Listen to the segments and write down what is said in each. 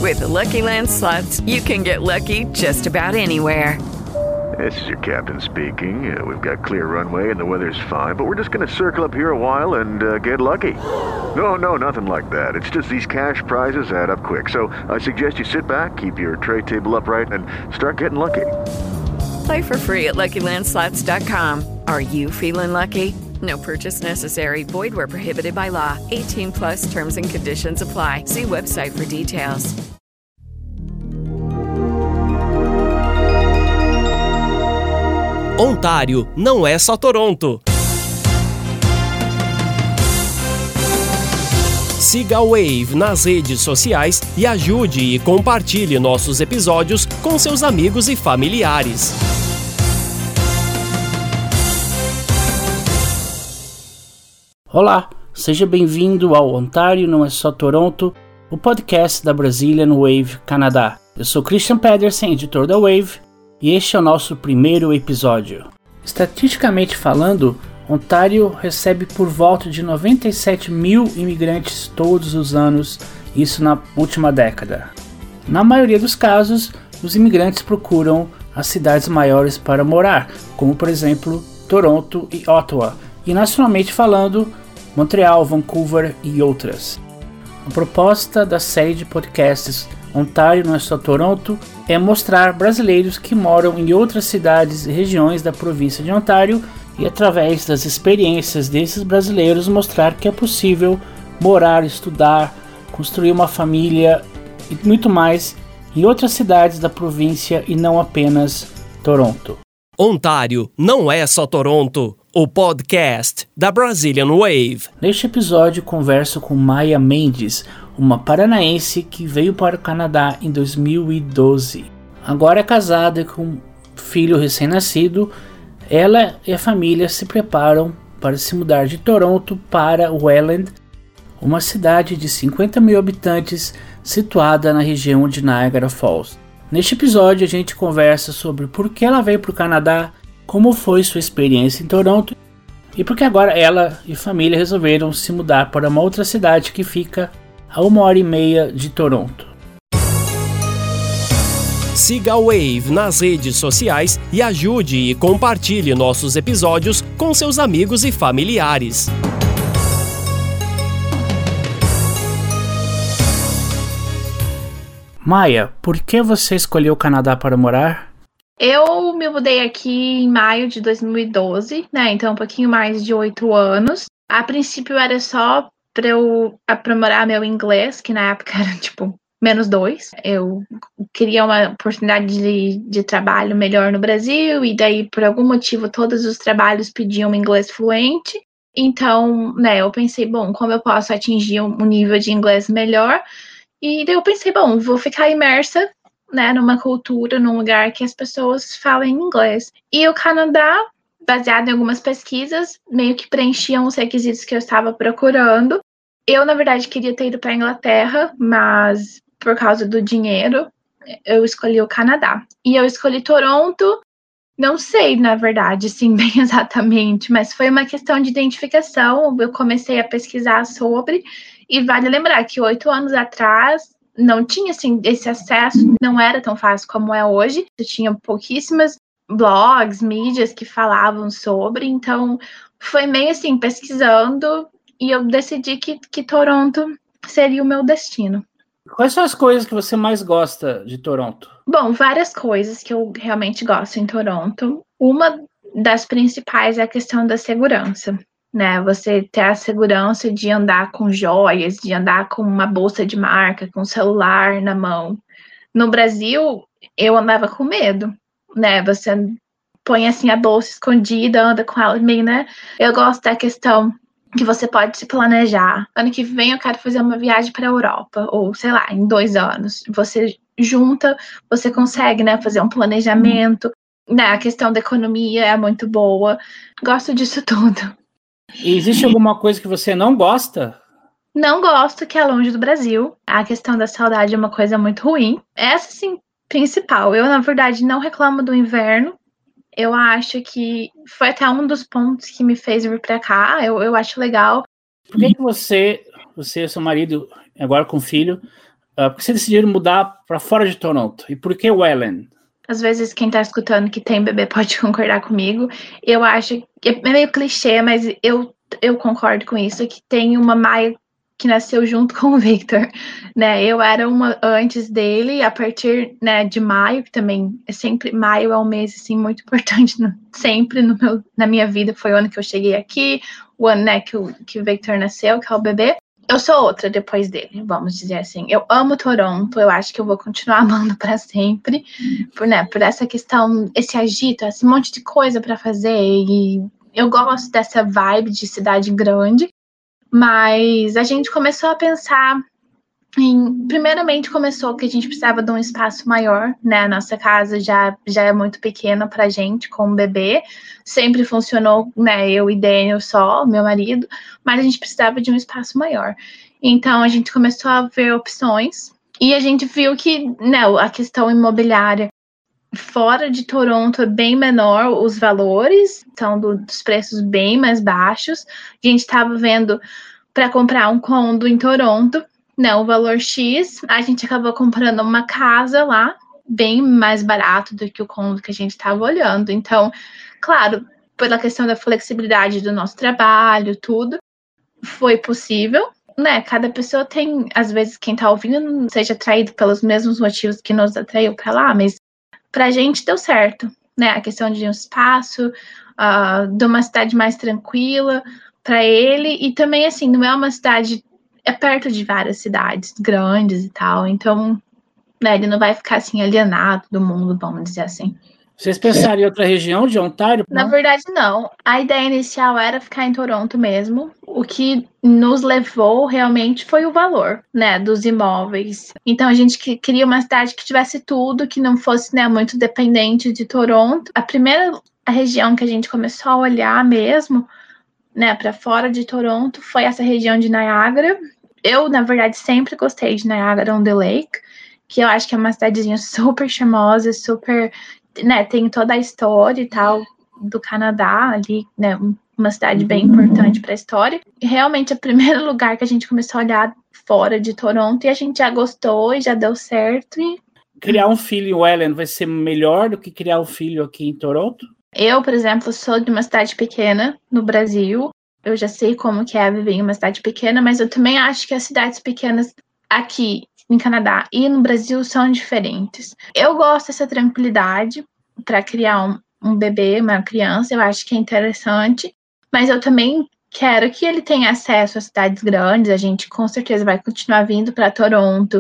With the Lucky Land Slots, you can get lucky just about anywhere. This is your captain speaking. We've got clear runway and the weather's fine, but we're just going to circle up here a while and get lucky. No, nothing like that. It's just these cash prizes add up quick. So I suggest you sit back, keep your tray table upright, and start getting lucky. Play for free at LuckyLandSlots.com. Are you feeling lucky? No purchase necessary. Void where prohibited by law. 18 plus terms and conditions apply. See website for details. Ontário não é só Toronto. Siga a Wave nas redes sociais e ajude e compartilhe nossos episódios com seus amigos e familiares. Olá, seja bem-vindo ao Ontário Não é Só Toronto, o podcast da Brazilian Wave Canadá. Eu sou Christian Pedersen, editor da Wave, e este é o nosso primeiro episódio. Estatisticamente falando, Ontário recebe por volta de 97 mil imigrantes todos os anos, isso na última década. Na maioria dos casos, os imigrantes procuram as cidades maiores para morar, como por exemplo Toronto e Ottawa, e nacionalmente falando, Montreal, Vancouver e outras. A proposta da série de podcasts Ontário Não é Só Toronto é mostrar brasileiros que moram em outras cidades e regiões da província de Ontário e, através das experiências desses brasileiros, mostrar que é possível morar, estudar, construir uma família e muito mais em outras cidades da província e não apenas Toronto. Ontário não é só Toronto, o podcast da Brazilian Wave. Neste episódio converso com Maia Mendes, uma paranaense que veio para o Canadá em 2012. Agora é casada com um filho recém-nascido, ela e a família se preparam para se mudar de Toronto para Welland, uma cidade de 50 mil habitantes situada na região de Niagara Falls. Neste episódio a gente conversa sobre por que ela veio para o Canadá, como foi sua experiência em Toronto e por que agora ela e a família resolveram se mudar para uma outra cidade que fica a 1h30 de Toronto. Siga a Wave nas redes sociais e ajude e compartilhe nossos episódios com seus amigos e familiares. Maia, por que você escolheu o Canadá para morar? Eu me mudei aqui em maio de 2012, né? Então um pouquinho mais de 8 anos. A princípio era só para eu aprimorar meu inglês, que na época era tipo -2. Eu queria uma oportunidade de trabalho melhor no Brasil e daí por algum motivo todos os trabalhos pediam inglês fluente. Então, né, eu pensei, bom, como eu posso atingir um nível de inglês melhor? E daí eu pensei, bom, vou ficar imersa, né, numa cultura, num lugar que as pessoas falem inglês. E o Canadá, baseado em algumas pesquisas, meio que preenchiam os requisitos que eu estava procurando. Eu, na verdade, queria ter ido para a Inglaterra, mas por causa do dinheiro, eu escolhi o Canadá. E eu escolhi Toronto, não sei, na verdade, sim, bem exatamente, mas foi uma questão de identificação. Eu comecei a pesquisar sobre, e vale lembrar que 8 anos atrás não tinha assim, esse acesso, não era tão fácil como é hoje. Tinha pouquíssimas blogs, mídias que falavam sobre, então foi meio assim, pesquisando, e eu decidi que Toronto seria o meu destino. Quais são as coisas que você mais gosta de Toronto? Bom, várias coisas que eu realmente gosto em Toronto. Uma das principais é a questão da segurança, né? Você ter a segurança de andar com joias, de andar com uma bolsa de marca, com um celular na mão. No Brasil, eu andava com medo, né? Você põe assim a bolsa escondida, anda com ela meio, né? Eu gosto da questão que você pode se planejar. Ano que vem eu quero fazer uma viagem para a Europa, ou sei lá, em 2 anos. Você junta, você consegue, né, fazer um planejamento, né, a questão da economia é muito boa. Gosto disso tudo. E existe alguma coisa que você não gosta? Não gosto que é longe do Brasil. A questão da saudade é uma coisa muito ruim. Essa, sim, principal. Eu, na verdade, não reclamo do inverno. Eu acho que foi até um dos pontos que me fez vir pra cá. Eu acho legal. Por que você e seu marido, agora com filho, Por que vocês decidiram mudar para fora de Toronto? E por que Welland? Às vezes quem tá escutando que tem bebê pode concordar comigo. Eu acho que é meio clichê, mas eu concordo com isso, que tem uma Maia que nasceu junto com o Victor, né? Eu era uma antes dele, a partir, né, de maio, que também é sempre, maio é um mês, assim, muito importante, sempre na minha vida, foi o ano que eu cheguei aqui, o ano, né, que o Victor nasceu, que é o bebê. Eu sou outra depois dele, vamos dizer assim. Eu amo Toronto, eu acho que eu vou continuar amando para sempre, por essa questão, esse agito, esse monte de coisa para fazer, e eu gosto dessa vibe de cidade grande. Mas a gente começou a pensar primeiramente começou que a gente precisava de um espaço maior, né? A nossa casa já é muito pequena pra gente, com um bebê. Sempre funcionou, né? Eu e Daniel só, meu marido, mas a gente precisava de um espaço maior. Então a gente começou a ver opções e a gente viu que, né, a questão imobiliária fora de Toronto é bem menor, os valores são dos preços bem mais baixos. A gente estava vendo para comprar um condo em Toronto, né, o valor X, a gente acabou comprando uma casa lá, bem mais barato do que o condo que a gente estava olhando. Então, claro, pela questão da flexibilidade do nosso trabalho, tudo, foi possível, né? Cada pessoa tem, às vezes, quem está ouvindo não seja atraído pelos mesmos motivos que nos atraiu para lá, mas pra gente deu certo, né? A questão de um espaço, de uma cidade mais tranquila para ele, e também, assim, não é uma cidade, é perto de várias cidades grandes e tal, então, né, ele não vai ficar, assim, alienado do mundo, vamos dizer assim. Vocês pensaram em outra região de Ontário? Na verdade, não. A ideia inicial era ficar em Toronto mesmo. O que nos levou realmente foi o valor, né, dos imóveis. Então, a gente queria uma cidade que tivesse tudo, que não fosse, né, muito dependente de Toronto. A região que a gente começou a olhar mesmo, né, para fora de Toronto, foi essa região de Niagara. Eu, na verdade, sempre gostei de Niagara-on-the-Lake, que eu acho que é uma cidadezinha super charmosa, super, né, tem toda a história e tal do Canadá ali, né, uma cidade bem importante para a história. E realmente é o primeiro lugar que a gente começou a olhar fora de Toronto e a gente já gostou e já deu certo. E criar um filho em Welland vai ser melhor do que criar um filho aqui em Toronto? Eu, por exemplo, sou de uma cidade pequena no Brasil. Eu já sei como que é viver em uma cidade pequena, mas eu também acho que as cidades pequenas aqui em Canadá e no Brasil são diferentes. Eu gosto dessa tranquilidade para criar um bebê, uma criança, eu acho que é interessante, mas eu também quero que ele tenha acesso a cidades grandes. A gente com certeza vai continuar vindo para Toronto,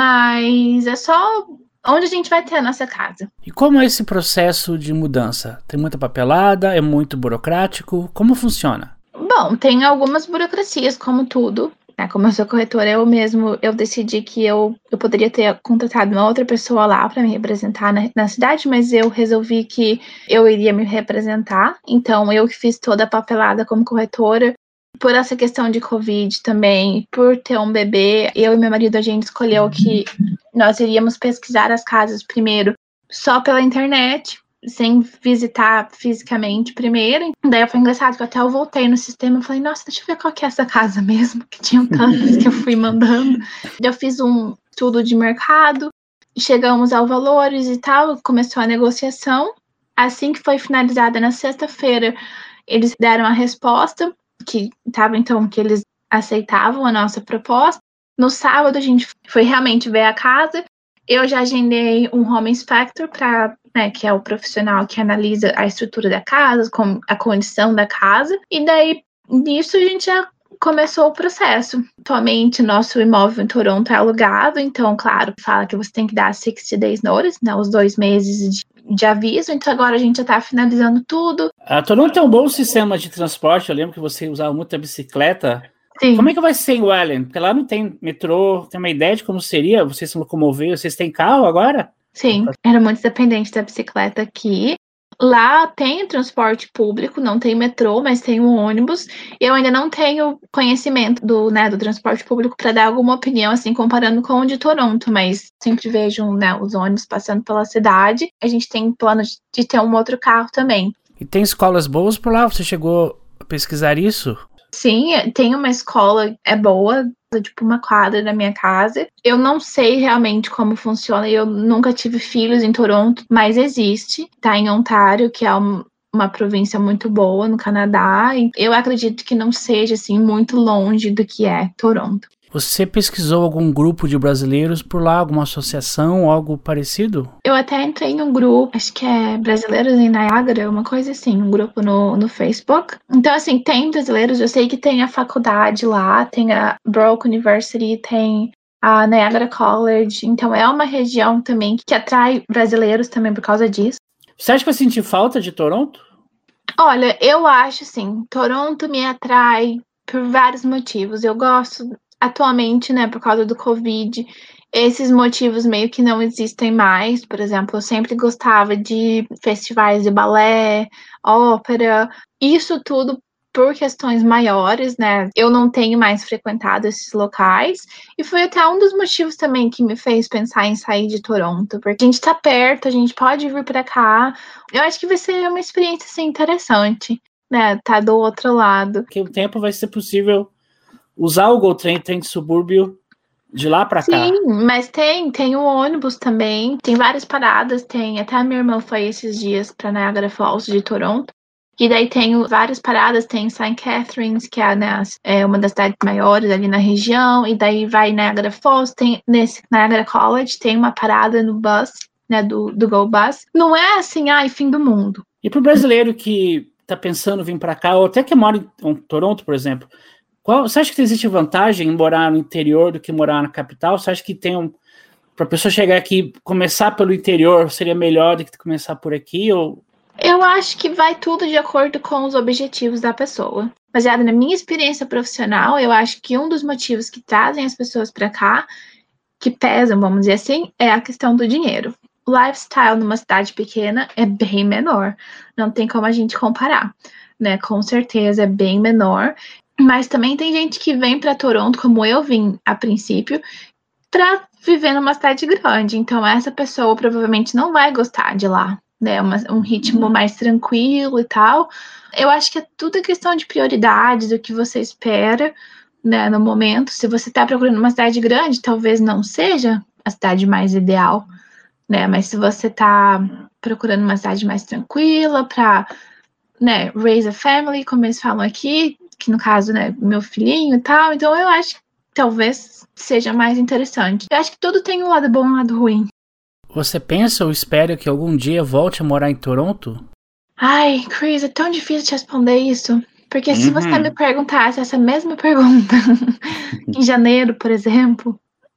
mas é só onde a gente vai ter a nossa casa. E como é esse processo de mudança? Tem muita papelada? É muito burocrático? Como funciona? Bom, tem algumas burocracias, como tudo. Como eu sou corretora, eu decidi que eu poderia ter contratado uma outra pessoa lá para me representar na cidade, mas eu resolvi que eu iria me representar. Então, eu que fiz toda a papelada como corretora. Por essa questão de Covid também, por ter um bebê, eu e meu marido, a gente escolheu que nós iríamos pesquisar as casas primeiro só pela internet, sem visitar fisicamente primeiro. Daí foi engraçado que até eu voltei no sistema e falei, nossa, deixa eu ver qual que é essa casa mesmo, que tinham tantas que eu fui mandando. Eu fiz um estudo de mercado, chegamos ao valores e tal, começou a negociação. Assim que foi finalizada na sexta-feira, eles deram a resposta, que estava então que eles aceitavam a nossa proposta. No sábado a gente foi realmente ver a casa. Eu já agendei um home inspector para, né, que é o profissional que analisa a estrutura da casa, a condição da casa. E daí nisso a gente já começou o processo. Atualmente nosso imóvel em Toronto é alugado, então claro, fala que você tem que dar 60 days notice, né, os 2 meses de aviso. Então agora a gente já está finalizando tudo. A Toronto tem um bom sistema de transporte. Eu lembro que você usava muito a bicicleta. Sim. Como é que vai ser em Welland? Porque lá não tem metrô. Tem uma ideia de como seria? Vocês se locomover? Vocês têm carro agora? Sim, era muito dependente da bicicleta aqui. Lá tem transporte público, não tem metrô, mas tem um ônibus. Eu ainda não tenho conhecimento do transporte público para dar alguma opinião, assim, comparando com o de Toronto, mas sempre vejo, né, os ônibus passando pela cidade. A gente tem plano de ter um outro carro também. E tem escolas boas por lá? Você chegou a pesquisar isso? Sim, tem uma escola, é boa, tipo uma quadra da minha casa. Eu não sei realmente como funciona, eu nunca tive filhos em Toronto, mas existe, tá em Ontário, que é uma província muito boa no Canadá. Eu acredito que não seja assim muito longe do que é Toronto. Você pesquisou algum grupo de brasileiros por lá, alguma associação, algo parecido? Eu até entrei em um grupo, acho que é Brasileiros em Niagara, uma coisa assim, um grupo no Facebook. Então, assim, tem brasileiros, eu sei que tem a faculdade lá, tem a Brock University, tem a Niagara College, então é uma região também que atrai brasileiros também por causa disso. Você acha que vai sentir falta de Toronto? Olha, eu acho assim, Toronto me atrai por vários motivos. Eu gosto atualmente, né, por causa do Covid, esses motivos meio que não existem mais. Por exemplo, eu sempre gostava de festivais de balé, ópera, isso tudo por questões maiores, né? Eu não tenho mais frequentado esses locais e foi até um dos motivos também que me fez pensar em sair de Toronto, porque a gente tá perto, a gente pode vir para cá. Eu acho que vai ser uma experiência assim, interessante, né? Tá do outro lado. Que o tempo vai ser possível usar o GO Train de subúrbio de lá para cá. Sim, mas tem o ônibus também, tem várias paradas, tem até a minha irmã foi esses dias para Niagara Falls de Toronto. E daí tem várias paradas, tem St. Catharines, que é, né, uma das cidades maiores ali na região, e daí vai Niagara Falls, tem nesse Niagara College, tem uma parada no bus, né, do Go Bus. Não é assim, fim do mundo. E pro brasileiro que tá pensando em vir para cá, ou até que mora em Toronto, por exemplo, você acha que existe vantagem em morar no interior do que morar na capital? Você acha que para a pessoa chegar aqui, começar pelo interior, seria melhor do que começar por aqui, ou... Eu acho que vai tudo de acordo com os objetivos da pessoa. Baseado na minha experiência profissional, eu acho que um dos motivos que trazem as pessoas para cá, que pesam, vamos dizer assim, é a questão do dinheiro. O lifestyle numa cidade pequena é bem menor. Não tem como a gente comparar, né? Com certeza é bem menor. Mas também tem gente que vem para Toronto, como eu vim a princípio, para viver numa cidade grande. Então essa pessoa provavelmente não vai gostar de lá, né, um ritmo mais tranquilo e tal. Eu acho que é tudo questão de prioridades, do que você espera, né, no momento. Se você está procurando uma cidade grande, talvez não seja a cidade mais ideal, né, mas se você está procurando uma cidade mais tranquila para, né, raise a family, como eles falam aqui, que no caso, né, meu filhinho e tal, então eu acho que talvez seja mais interessante. Eu acho que tudo tem um lado bom e um lado ruim. Você pensa ou espera que algum dia volte a morar em Toronto? Ai, Chris, é tão difícil te responder isso. Porque se você me perguntasse essa mesma pergunta em janeiro, por exemplo,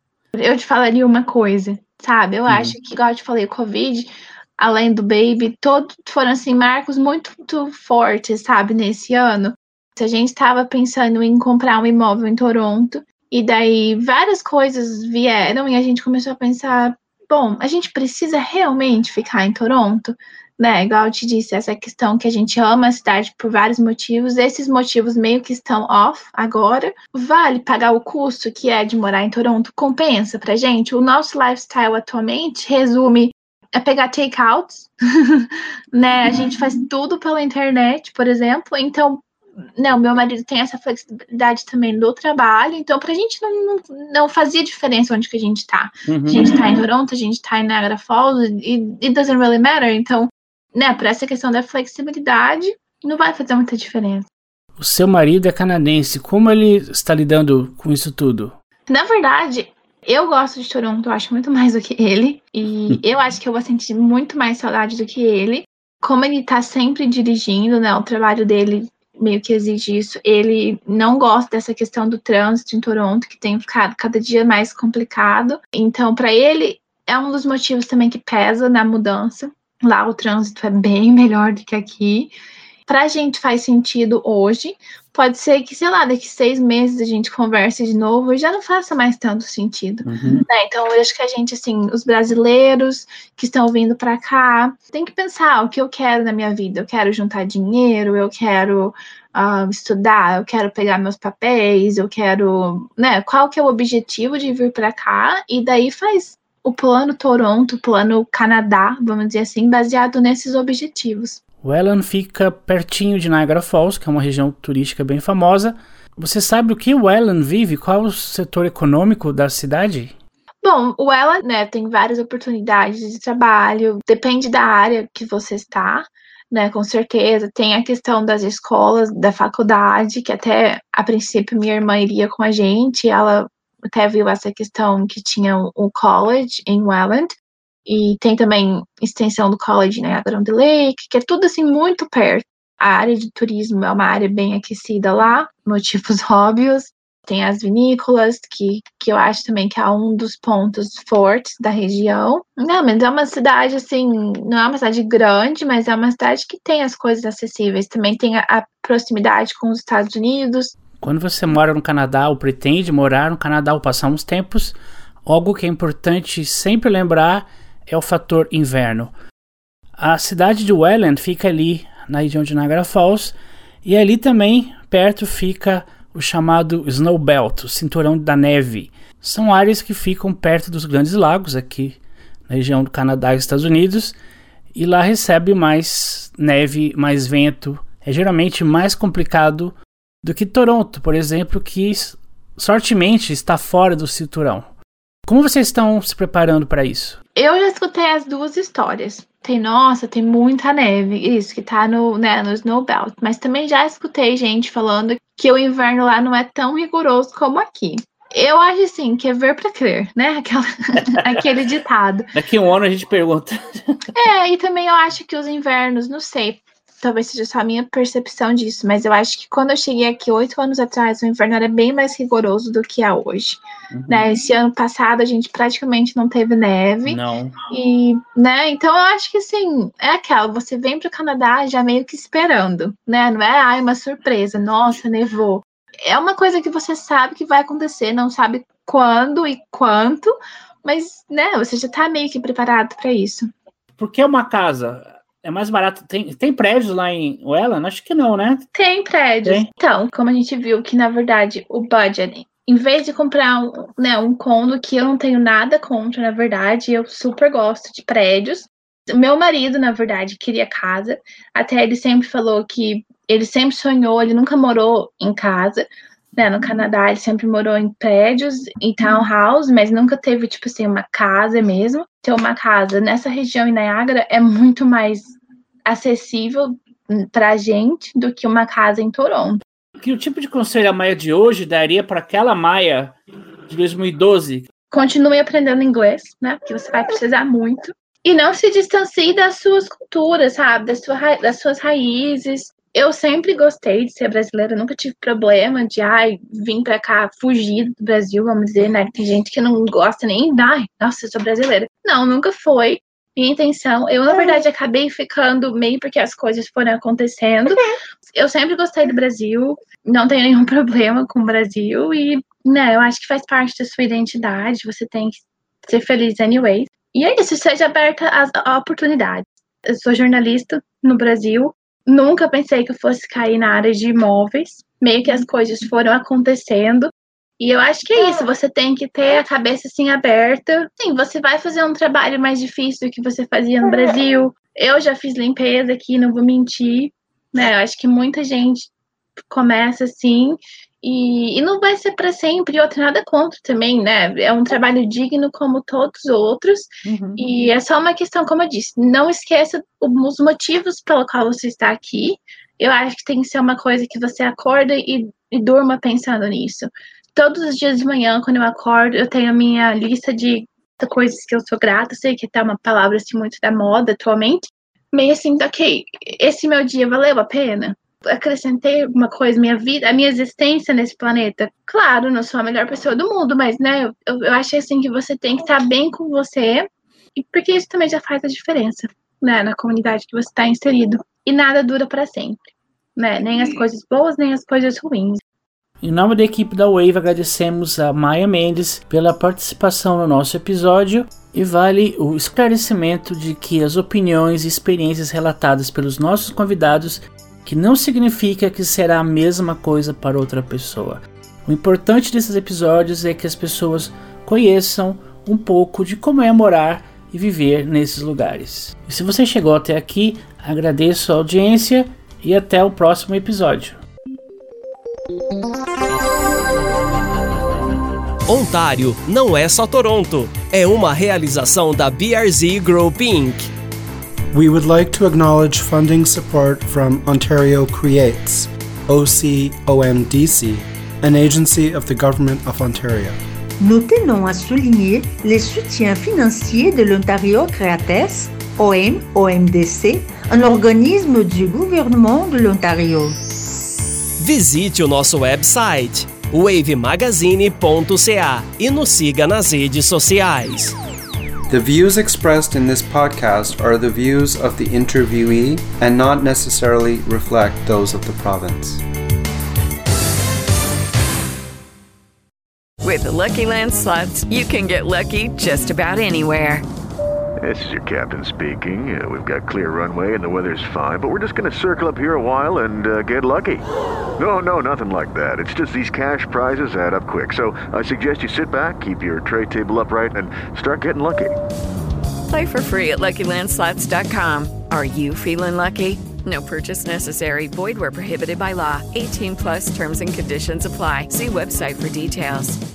eu te falaria uma coisa, sabe? Eu acho que, igual eu te falei, o Covid, além do baby, todos foram, assim, marcos muito fortes, sabe, nesse ano. Se a gente estava pensando em comprar um imóvel em Toronto, e daí várias coisas vieram e a gente começou a pensar, bom, a gente precisa realmente ficar em Toronto, né? Igual eu te disse, essa questão que a gente ama a cidade por vários motivos, esses motivos meio que estão off agora. Vale pagar o custo que é de morar em Toronto? Compensa pra gente? O nosso lifestyle atualmente resume a pegar takeouts, né? A gente faz tudo pela internet, por exemplo, então... Não, meu marido tem essa flexibilidade também do trabalho, então pra gente não fazia diferença onde que a gente tá. A gente tá em Toronto, a gente tá em Niagara Falls, e it doesn't really matter. Então, né, por essa questão da flexibilidade, não vai fazer muita diferença. O seu marido é canadense, como ele está lidando com isso tudo? Na verdade, eu gosto de Toronto, eu acho muito mais do que ele, e eu acho que eu vou sentir muito mais saudade do que ele. Como ele tá sempre dirigindo, né, o trabalho dele meio que exige isso. Ele não gosta dessa questão do trânsito em Toronto, que tem ficado cada dia mais complicado. Então, para ele, é um dos motivos também que pesa na mudança. Lá o trânsito é bem melhor do que aqui. Pra gente faz sentido hoje. Pode ser que, sei lá, daqui 6 meses a gente converse de novo e já não faça mais tanto sentido. Né? Então, eu acho que a gente, assim, os brasileiros que estão vindo pra cá, tem que pensar o que eu quero na minha vida. Eu quero juntar dinheiro, eu quero estudar, eu quero pegar meus papéis, eu quero... né? Qual que é o objetivo de vir pra cá? E daí faz o plano Toronto, o plano Canadá, vamos dizer assim, baseado nesses objetivos. O Welland fica pertinho de Niagara Falls, que é uma região turística bem famosa. Você sabe o que Welland vive? Qual é o setor econômico da cidade? Bom, o Welland, né, tem várias oportunidades de trabalho, depende da área que você está, né, com certeza. Tem a questão das escolas, da faculdade, que até, a princípio, minha irmã iria com a gente, ela até viu essa questão que tinha o college em Welland, e tem também extensão do college em Niagara-on-the-Lake, que é tudo, assim, muito perto. A área de turismo é uma área bem aquecida lá, motivos óbvios. Tem as vinícolas, que eu acho também que é um dos pontos fortes da região. Não, mas é uma cidade, assim, não é uma cidade grande, mas é uma cidade que tem as coisas acessíveis. Também tem a proximidade com os Estados Unidos. Quando você mora no Canadá ou pretende morar no Canadá ou passar uns tempos, algo que é importante sempre lembrar é o fator inverno. A cidade de Welland fica ali na região de Niagara Falls, e ali também perto fica o chamado Snow Belt, o cinturão da neve. São áreas que ficam perto dos grandes lagos aqui na região do Canadá e Estados Unidos, e lá recebe mais neve, mais vento. É geralmente mais complicado do que Toronto, por exemplo, que sortemente está fora do cinturão. Como vocês estão se preparando para isso? Eu já escutei as duas histórias. Tem muita neve, isso, que tá no Snow Belt. Mas também já escutei gente falando que o inverno lá não é tão rigoroso como aqui. Eu acho, assim, que é ver pra crer, né? Aquele ditado. Daqui a um ano a gente pergunta. E também eu acho que os invernos, não sei, talvez seja só a minha percepção disso, mas eu acho que quando eu cheguei aqui 8 anos atrás, o inverno era bem mais rigoroso do que é hoje. Uhum. Né? Esse ano passado a gente praticamente não teve neve. Não. E, né, então eu acho que assim, é aquela, você vem pro Canadá já meio que esperando, né? Não é uma surpresa, nossa, nevou. É uma coisa que você sabe que vai acontecer, não sabe quando e quanto, mas, né, você já tá meio que preparado para isso. Por que uma casa? É mais barato. Tem prédios lá em Welland? Acho que não, né? Tem prédios. Tem. Então, como a gente viu que, na verdade, o budget, em vez de comprar um condo, que eu não tenho nada contra, na verdade, eu super gosto de prédios. Meu marido, na verdade, queria casa. Até ele sempre falou que ele sempre sonhou, ele nunca morou em casa. Né, no Canadá, ele sempre morou em prédios, em townhouse, mas nunca teve, tipo assim, uma casa mesmo. Ter uma casa nessa região em Niagara é muito mais acessível pra gente do que uma casa em Toronto. Que tipo de conselho a Maia de hoje daria para aquela Maia de 2012? Continue aprendendo inglês, né, porque você vai precisar muito. E não se distancie das suas culturas, sabe, das suas raízes. Eu sempre gostei de ser brasileira, nunca tive problema de vir pra cá, fugir do Brasil, vamos dizer, né? Tem gente que não gosta nem, nossa, eu sou brasileira. Não, nunca foi minha intenção. Eu, na verdade, acabei ficando meio porque as coisas foram acontecendo. Eu sempre gostei do Brasil, não tenho nenhum problema com o Brasil e, né, eu acho que faz parte da sua identidade, você tem que ser feliz anyway. E é isso, seja aberta às oportunidades. Eu sou jornalista no Brasil, nunca pensei que eu fosse cair na área de imóveis. Meio que as coisas foram acontecendo. E eu acho que é isso. Você tem que ter a cabeça assim aberta. Sim, você vai fazer um trabalho mais difícil do que você fazia no Brasil. Eu já fiz limpeza aqui, não vou mentir. Né? Eu acho que muita gente começa assim e não vai ser para sempre. E outra, nada contra também, né? É um trabalho digno como todos os outros. Uhum. E é só uma questão, como eu disse, não esqueça os motivos pelo qual você está aqui. Eu acho que tem que ser uma coisa que você acorda e durma pensando nisso. Todos os dias de manhã, quando eu acordo, eu tenho a minha lista de coisas que eu sou grata. Sei que tá uma palavra assim muito da moda atualmente. Meio assim, ok, esse meu dia valeu a pena? Acrescentei alguma coisa, minha vida, a minha existência nesse planeta. Claro, não sou a melhor pessoa do mundo, mas, né, eu acho assim que você tem que estar bem com você, e porque isso também já faz a diferença, né, na comunidade que você está inserido. E nada dura para sempre, né, nem as coisas boas, nem as coisas ruins. Em nome da equipe da Wave, agradecemos a Maia Mendes pela participação no nosso episódio e vale o esclarecimento de que as opiniões e experiências relatadas pelos nossos convidados que não significa que será a mesma coisa para outra pessoa. O importante desses episódios é que as pessoas conheçam um pouco de como é morar e viver nesses lugares. E se você chegou até aqui, agradeço a audiência e até o próximo episódio. Ontário não é só Toronto, é uma realização da BRZ Group Inc. We would like to acknowledge funding support from Ontario Creates, OCOMDC, an agency of the Government of Ontario. Nous tenons à souligner les soutiens financiers de l'Ontario Creates, OMDC, un organisme du gouvernement de l'Ontario. Visite o nosso website wavemagazine.ca e nos siga nas redes sociais. The views expressed in this podcast are the views of the interviewee and not necessarily reflect those of the province. With the Lucky Land Slots, you can get lucky just about anywhere. This is your captain speaking. We've got clear runway and the weather's fine, but we're just going to circle up here a while and get lucky. No, nothing like that. It's just these cash prizes add up quick. So I suggest you sit back, keep your tray table upright, and start getting lucky. Play for free at LuckyLandSlots.com. Are you feeling lucky? No purchase necessary. Void where prohibited by law. 18+ terms and conditions apply. See website for details.